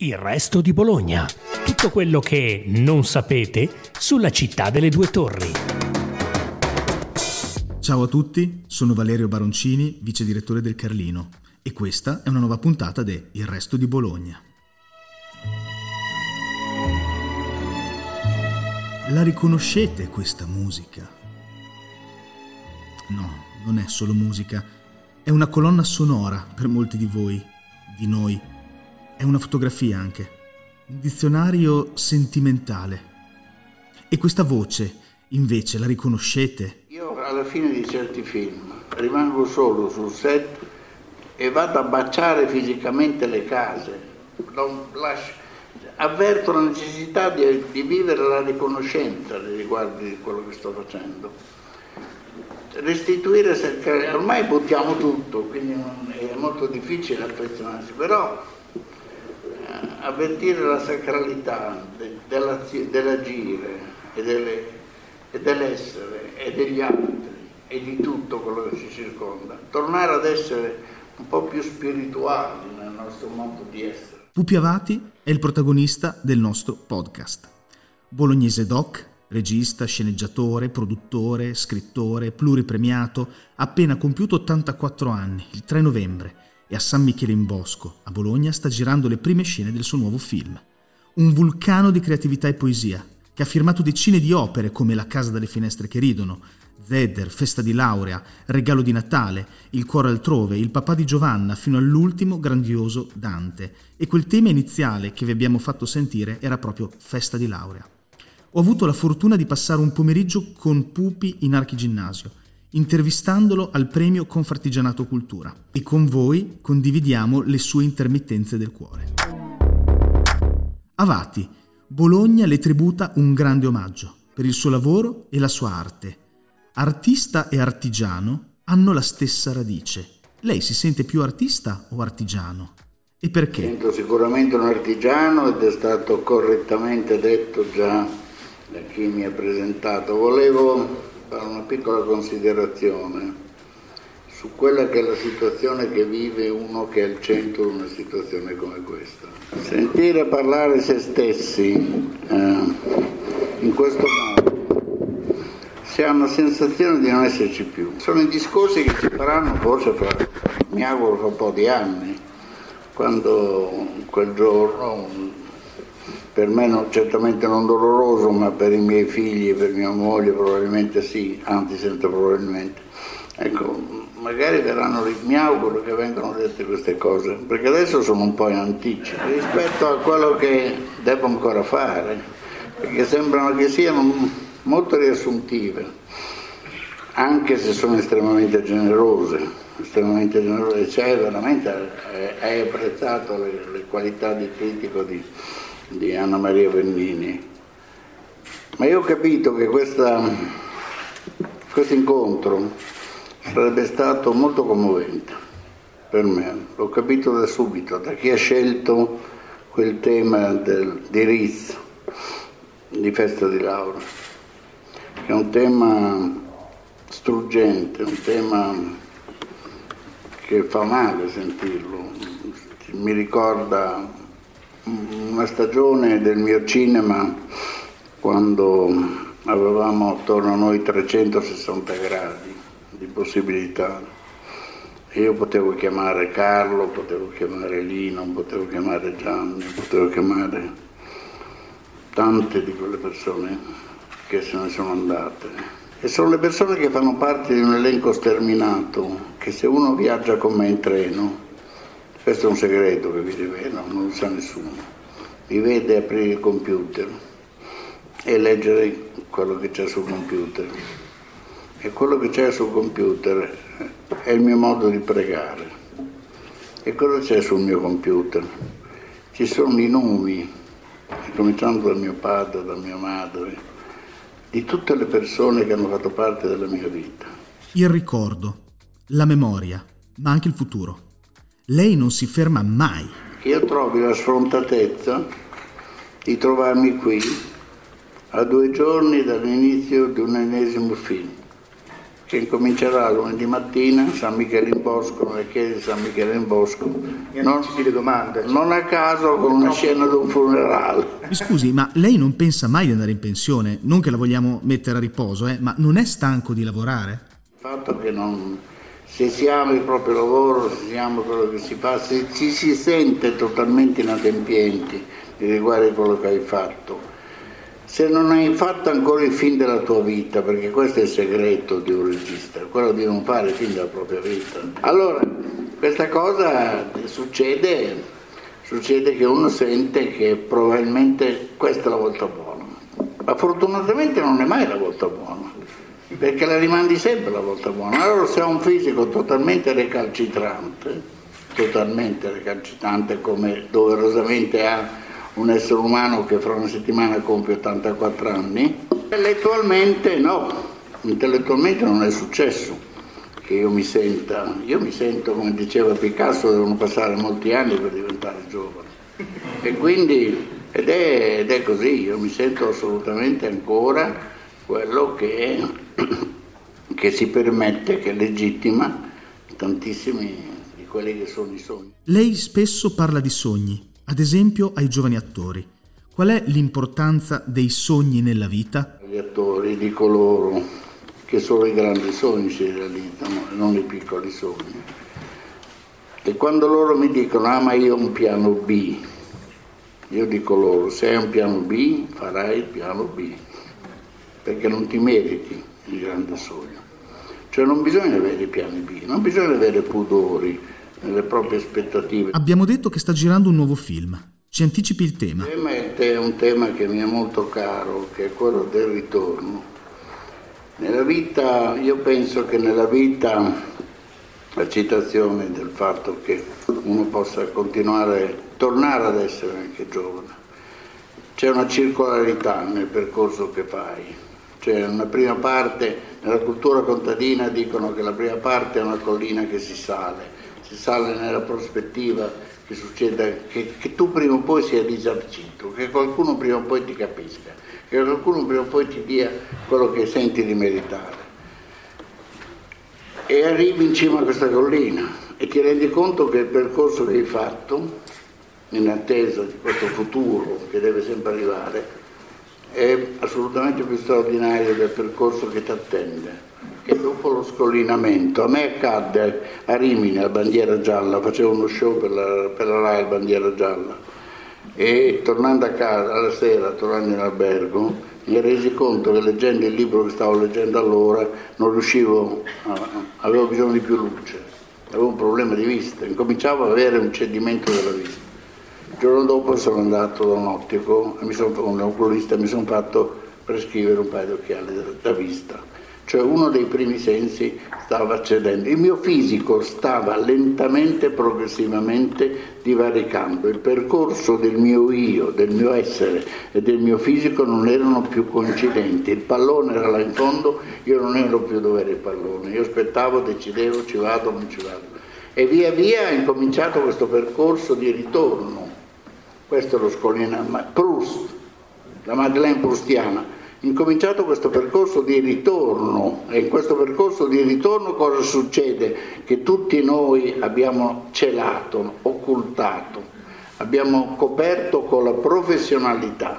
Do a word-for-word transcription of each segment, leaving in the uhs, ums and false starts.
Il resto di Bologna. Tutto quello che non sapete sulla città delle due torri. Ciao a tutti, sono Valerio Baroncini, vice direttore del Carlino, e questa è una nuova puntata de Il resto di Bologna. La riconoscete questa musica? No, non è solo musica, è una colonna sonora per molti di voi, di noi. È una fotografia anche, un dizionario sentimentale. E questa voce, invece, la riconoscete? Io alla fine di certi film rimango solo sul set e vado a baciare fisicamente le case. Non lascio, avverto la necessità di, di vivere la riconoscenza nei riguardi di quello che sto facendo. Restituire, ormai buttiamo tutto, quindi è molto difficile affezionarsi, però avvertire la sacralità de, dell'agire e, delle, e dell'essere e degli altri e di tutto quello che ci circonda, tornare ad essere un po' più spirituali nel nostro modo di essere. Pupi Avati è il protagonista del nostro podcast. Bolognese doc, regista, sceneggiatore, produttore, scrittore, pluripremiato, ha appena compiuto ottantaquattro anni, il tre novembre, e a San Michele in Bosco, a Bologna, sta girando le prime scene del suo nuovo film. Un vulcano di creatività e poesia, che ha firmato decine di opere come La casa dalle finestre che ridono, Zeder, Festa di laurea, Regalo di Natale, Il cuore altrove, Il papà di Giovanna, fino all'ultimo grandioso Dante. E quel tema iniziale che vi abbiamo fatto sentire era proprio Festa di laurea. Ho avuto la fortuna di passare un pomeriggio con Pupi in Archiginnasio, intervistandolo al premio Confartigianato Cultura, e con voi condividiamo le sue intermittenze del cuore. Avati, Bologna le tributa un grande omaggio per il suo lavoro e la sua arte. Artista e artigiano hanno la stessa radice. Lei si sente più artista o artigiano? E perché? Sento sicuramente un artigiano, ed è stato correttamente detto già da chi mi ha presentato. Volevo fare una piccola considerazione su quella che è la situazione che vive uno che è al centro di una situazione come questa. Sentire parlare se stessi eh, in questo modo si ha una sensazione di non esserci più. Sono i discorsi che si faranno forse fra, mi auguro, fra un po' di anni, quando quel giorno, per me non, certamente non doloroso, ma per i miei figli e per mia moglie probabilmente sì, anzi senza probabilmente. Ecco, magari verranno, mi auguro che vengano dette queste cose, perché adesso sono un po' in anticipo rispetto a quello che devo ancora fare, perché sembrano che siano molto riassuntive, anche se sono estremamente generose, estremamente generose. Cioè, veramente hai apprezzato le, le qualità di critico di di Anna Maria Bennini, ma io ho capito che questo incontro sarebbe stato molto commovente per me, l'ho capito da subito, da chi ha scelto quel tema del, di Riz, di Festa di laurea, che è un tema struggente, un tema che fa male sentirlo, mi ricorda una stagione del mio cinema quando avevamo attorno a noi trecentosessanta gradi di possibilità. Io potevo chiamare Carlo, potevo chiamare Lino, potevo chiamare Gianni, potevo chiamare tante di quelle persone che se ne sono andate. E sono le persone che fanno parte di un elenco sterminato, che se uno viaggia con me in treno, questo è un segreto che vi rivelo, non lo sa nessuno, mi vede aprire il computer e leggere quello che c'è sul computer. E quello che c'è sul computer è il mio modo di pregare. E cosa c'è sul mio computer? Ci sono i nomi, cominciando dal mio padre, da mia madre, di tutte le persone che hanno fatto parte della mia vita. Il ricordo, la memoria, ma anche il futuro. Lei non si ferma mai. Io trovo la sfrontatezza di trovarmi qui a due giorni dall'inizio di un ennesimo film, che incomincerà lunedì mattina, San Michele in Bosco, nelle chiese di San Michele in Bosco. Non, le domande. Non a caso con una scena di un funerale. Mi scusi, ma lei non pensa mai di andare in pensione? Non che la vogliamo mettere a riposo, eh, ma non è stanco di lavorare? Il fatto che non... Se si ama il proprio lavoro, se si ama quello che si fa, se ci si sente totalmente inadempienti riguardo a quello che hai fatto, se non hai fatto ancora il film della tua vita, perché questo è il segreto di un regista, quello di non fare il film della propria vita. Allora, questa cosa succede, succede che uno sente che probabilmente questa è la volta buona, ma fortunatamente non è mai la volta buona, perché la rimandi sempre la volta buona. Allora se ha un fisico totalmente recalcitrante, totalmente recalcitrante come doverosamente ha un essere umano che fra una settimana compie ottantaquattro anni, intellettualmente no, intellettualmente non è successo che io mi senta, io mi sento, come diceva Picasso, devono passare molti anni per diventare giovane, e quindi, ed è, ed è così, io mi sento assolutamente ancora quello che, che si permette, che legittima tantissimi di quelli che sono i sogni. Lei spesso parla di sogni, ad esempio ai giovani attori. Qual è l'importanza dei sogni nella vita? Gli attori, dico loro che solo i grandi sogni si realizzano e non i piccoli sogni. E quando loro mi dicono ah ma io ho un piano B, io dico loro se hai un piano B farai il piano B, perché non ti meriti il grande sogno. Cioè non bisogna avere i piani B, non bisogna avere pudori nelle proprie aspettative. Abbiamo detto che sta girando un nuovo film. Ci anticipi il tema? Il tema è un tema che mi è molto caro, che è quello del ritorno. Nella vita, io penso che nella vita la citazione del fatto che uno possa continuare, tornare ad essere anche giovane. C'è una circolarità nel percorso che fai. Cioè una prima parte, nella cultura contadina dicono che la prima parte è una collina che si sale, si sale nella prospettiva che succeda, che, che tu prima o poi sia risarcito, che qualcuno prima o poi ti capisca, che qualcuno prima o poi ti dia quello che senti di meritare. E arrivi in cima a questa collina e ti rendi conto che il percorso che hai fatto, in attesa di questo futuro che deve sempre arrivare, è assolutamente più straordinario del percorso che ti attende, che dopo lo scollinamento. A me accadde a Rimini, a Bandiera Gialla, facevo uno show per la, per la Rai, Bandiera Gialla, e tornando a casa, alla sera, tornando in albergo, mi resi conto che leggendo il libro che stavo leggendo allora non riuscivo, a, avevo bisogno di più luce, avevo un problema di vista, incominciavo ad avere un cedimento della vista. Il giorno dopo sono andato da un ottico, mi sono, un oculista, e mi sono fatto prescrivere un paio di occhiali da, da vista. Cioè uno dei primi sensi stava cedendo. Il mio fisico stava lentamente, progressivamente divaricando. Il percorso del mio io, del mio essere e del mio fisico non erano più coincidenti. Il pallone era là in fondo, io non ero più dove era il pallone. Io aspettavo, decidevo, ci vado o non ci vado. E via via è incominciato questo percorso di ritorno. Questo è lo scollinamento. Proust, la Madeleine proustiana. Incominciato questo percorso di ritorno, e in questo percorso di ritorno cosa succede? Che tutti noi abbiamo celato, occultato, abbiamo coperto con la professionalità.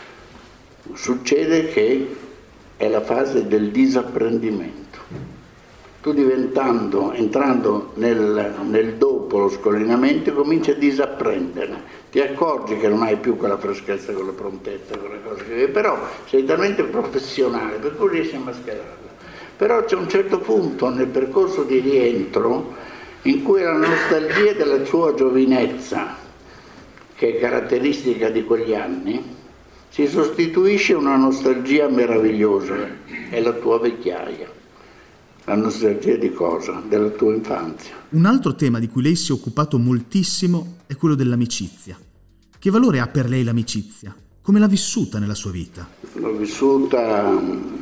Succede che è la fase del disapprendimento. Tu diventando, entrando nel, nel dopo lo scollinamento, cominci a disapprendere. Ti accorgi che non hai più quella freschezza, quella prontezza, quelle cose che... però sei talmente professionale per cui riesci a mascherarla. Però c'è un certo punto nel percorso di rientro in cui la nostalgia della tua giovinezza, che è caratteristica di quegli anni, si sostituisce a una nostalgia meravigliosa, è la tua vecchiaia. La nostalgia di cosa? Della tua infanzia. Un altro tema di cui lei si è occupato moltissimo è quello dell'amicizia. Che valore ha per lei l'amicizia? Come l'ha vissuta nella sua vita? L'ho vissuta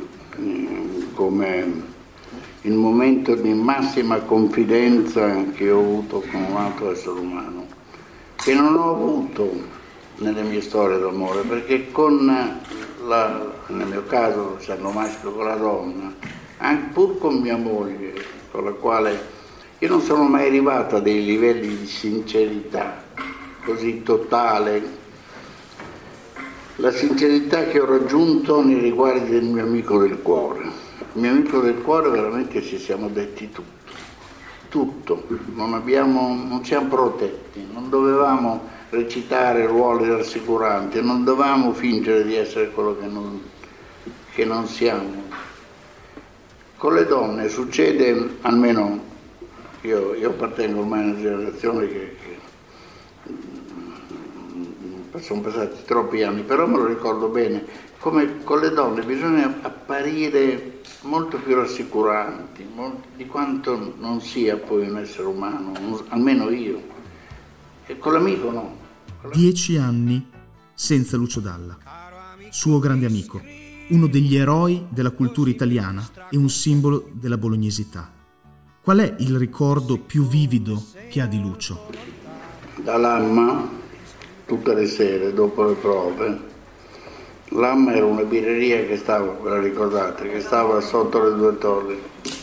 come il momento di massima confidenza che ho avuto con un altro essere umano, che non ho avuto nelle mie storie d'amore, perché con la, nel mio caso, essendo maschio con la donna, anche pur con mia moglie, con la quale io non sono mai arrivato a dei livelli di sincerità così totale. La sincerità che ho raggiunto nei riguardi del mio amico del cuore. Il mio amico del cuore veramente ci siamo detti tutto, tutto, non, abbiamo, non siamo protetti, non dovevamo recitare ruoli rassicuranti, non dovevamo fingere di essere quello che non, che non siamo. Con le donne succede, almeno io, io appartengo ormai a una generazione che, che sono passati troppi anni, però me lo ricordo bene, come con le donne bisogna apparire molto più rassicuranti, molto, di quanto non sia poi un essere umano, almeno io. E con l'amico no. Con l'amico. Dieci anni senza Lucio Dalla, suo grande amico, uno degli eroi della cultura italiana e un simbolo della bolognesità. Qual è il ricordo più vivido che ha di Lucio? Da Lamma, tutte le sere dopo le prove. Lamma era una birreria che stava, ve la ricordate, che stava sotto le due torri,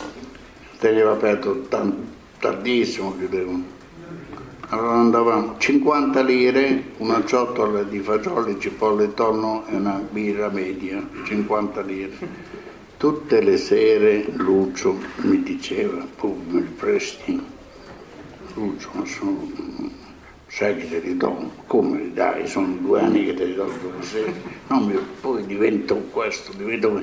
teneva aperto tan- tardissimo, chiudevano. Allora andavamo, cinquanta lire, una ciotola di fagioli, cipolle e tonno e una birra media, cinquanta lire. Tutte le sere Lucio mi diceva, tu me li presti? Lucio, ma sono... sai che te li do? Come li dai? Sono due anni che te li do due sere. No, poi divento questo, divento...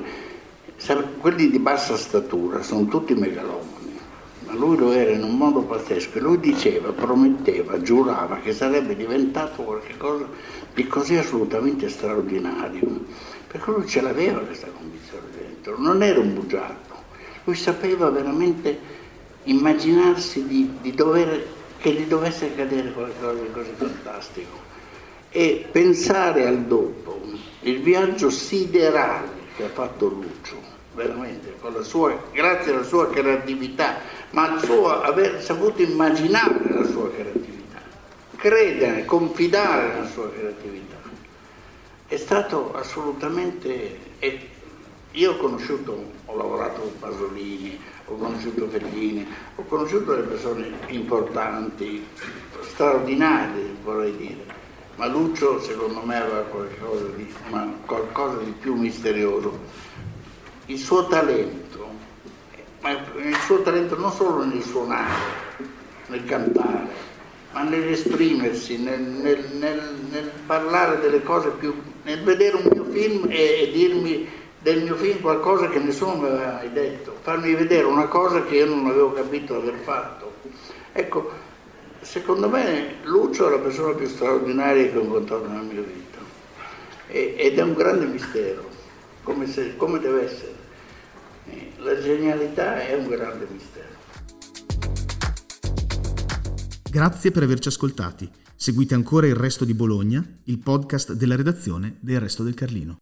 Quelli di bassa statura sono tutti megalomani, ma lui lo era in un modo pazzesco. E lui diceva, prometteva, giurava che sarebbe diventato qualcosa di così assolutamente straordinario. Perché lui ce l'aveva questa condizione dentro, non era un bugiardo. Lui sapeva veramente immaginarsi di, di dover... che gli dovesse accadere qualcosa di così fantastico e pensare al dopo, il viaggio siderale che ha fatto Lucio, veramente, con la sua, grazie alla sua creatività, ma al suo aver saputo immaginare la sua creatività, credere, confidare nella sua creatività, è stato assolutamente... E io ho conosciuto, ho lavorato con Pasolini, ho conosciuto Fellini, ho conosciuto delle persone importanti, straordinarie vorrei dire, ma Lucio secondo me aveva qualcosa di, ma qualcosa di più misterioso. Il suo talento, ma il suo talento non solo nel suonare, nel cantare, ma nell'esprimersi, nel, nel, nel, nel parlare delle cose più, nel vedere un mio film e, e dirmi del mio film qualcosa che nessuno mi aveva mai detto, farmi vedere una cosa che io non avevo capito aver fatto. Ecco, secondo me Lucio è la persona più straordinaria che ho incontrato nella mia vita e, ed è un grande mistero, come, se, come deve essere. La genialità è un grande mistero. Grazie per averci ascoltati. Seguite ancora Il Resto di Bologna, il podcast della redazione del Resto del Carlino.